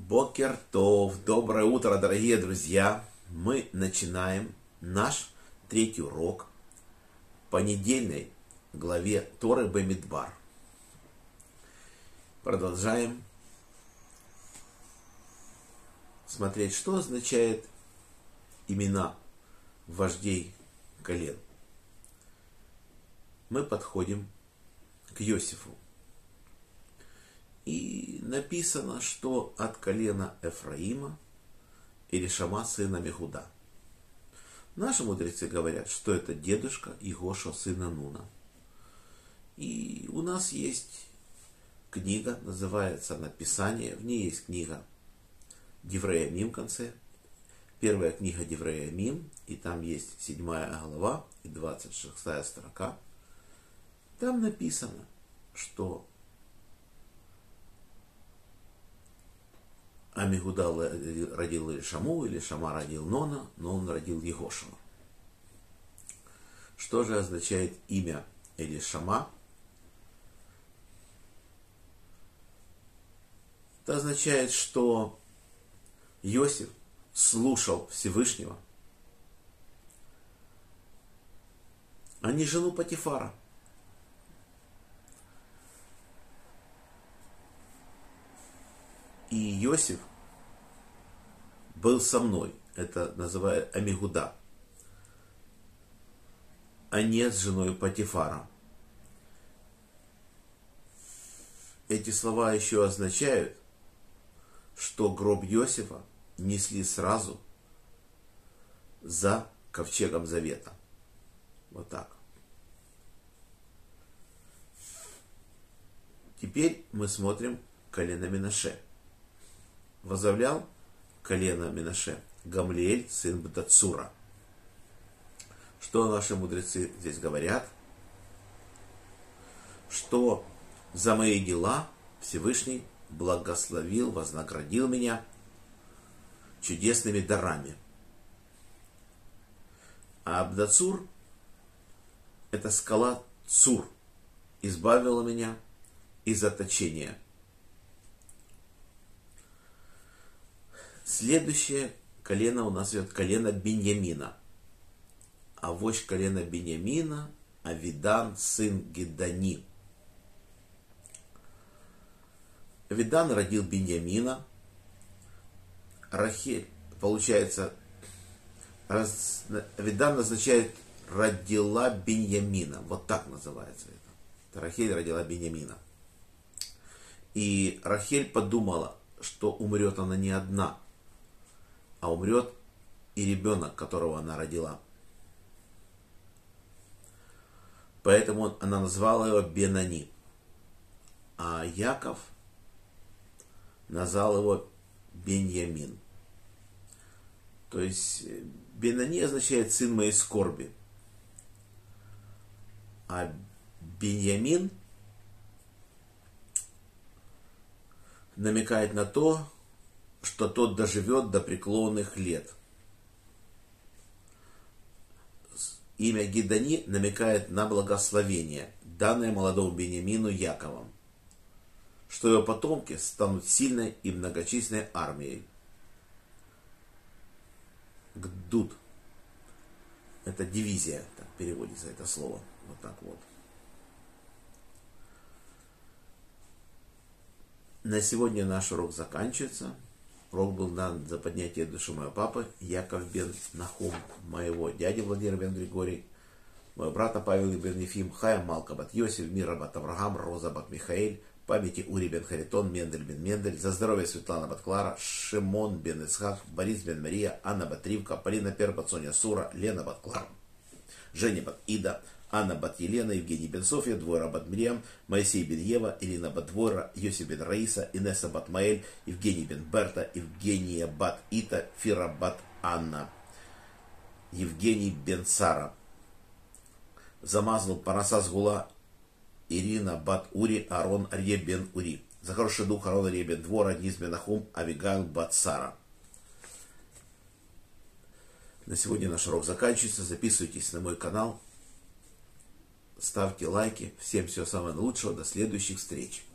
Бокер Тов, доброе утро, дорогие друзья! Мы начинаем наш третий урок по недельной главе Торы Бамидбар. Продолжаем смотреть, что означает имена вождей колен. Мы подходим к Йосифу. И написано, что от колена Эфраима Элишама сына Мехуда. Наши мудрецы говорят, что это дедушка Игошо сына Нуна. И у нас есть книга, называется она Писание. В ней есть книга Деврея Мим в конце. Первая книга Деврея Мим, и там есть 7 глава и 26 строка. Там написано, что Амигуда родил Элишаму, Элишама родил Нона, но он родил Егошева. Что же означает имя Элишама? Это означает, что Йосиф слушал Всевышнего, а не жену Потифара. И Йосиф был со мной, это называют Амигуда, а не с женой Потифара. Эти слова еще означают, что гроб Йосифа несли сразу за ковчегом завета. Вот так. Теперь мы смотрим колено Менаше. Возглавлял колено Менаше Гамлиэль, сын Бдацура. Что наши мудрецы здесь говорят? Что за мои дела Всевышний благословил, вознаградил меня чудесными дарами. А Бдацур, это скала Цур, избавила меня из заточения. Следующее колено у нас идет колено Биньямина. А вождь колена Биньямина Авидан, сын Гедани. Авидан родил Биньямина. Рахель, получается, Авидан означает родила Биньямина. Вот так называется это. Рахель родила Биньямина. И Рахель подумала, что умрет она не одна, а умрет и ребенок, которого она родила. Поэтому она назвала его Бенани. А Яков назвал его Беньямин. То есть Бенани означает сын моей скорби. А Беньямин намекает на то, что тот доживет до преклонных лет. Имя Гедани намекает на благословение, данное молодому Беньямину Яковом, что его потомки станут сильной и многочисленной армией. Гдуд. Это дивизия, так переводится это слово. Вот так вот. На сегодня наш урок заканчивается. Урок был дан за поднятие души моего папы Яков бен Нахум, моего дяди Владимира бен Григорий, моего брата Павел бен Ефим, Хая Малка бат Йосиф, Мира бат Авраам, Роза бат Михаэль, памяти Ури бен Харитон, Мендель бен Мендель, за здоровье Светлана бат Клара, Шимон бен Ицхак, Борис бен Мария, Анна бат Ривка, Полина Пер бат Соня Сура, Лена бат Клара, Женя бат Ида, Анна бат Елена, Евгений бен Софья, Двойра бат Мириам, Моисей бен Ева, Ирина бат Двойра, Йосиф бен Раиса, Инесса бат Маэль, Евгений бен Берта, Евгения бат Ита, Фира бат Анна, Евгений бен Сара. Замазал Параса Сгула, Ирина бат Ури, Арон Арье бен Ури. За хороший дух Арон Арье бен Двора, Низ бен Ахум, Авигайл бат Сара. На сегодня наш урок заканчивается. Записывайтесь на мой канал. Ставьте лайки. Всем всего самого лучшего. До следующих встреч.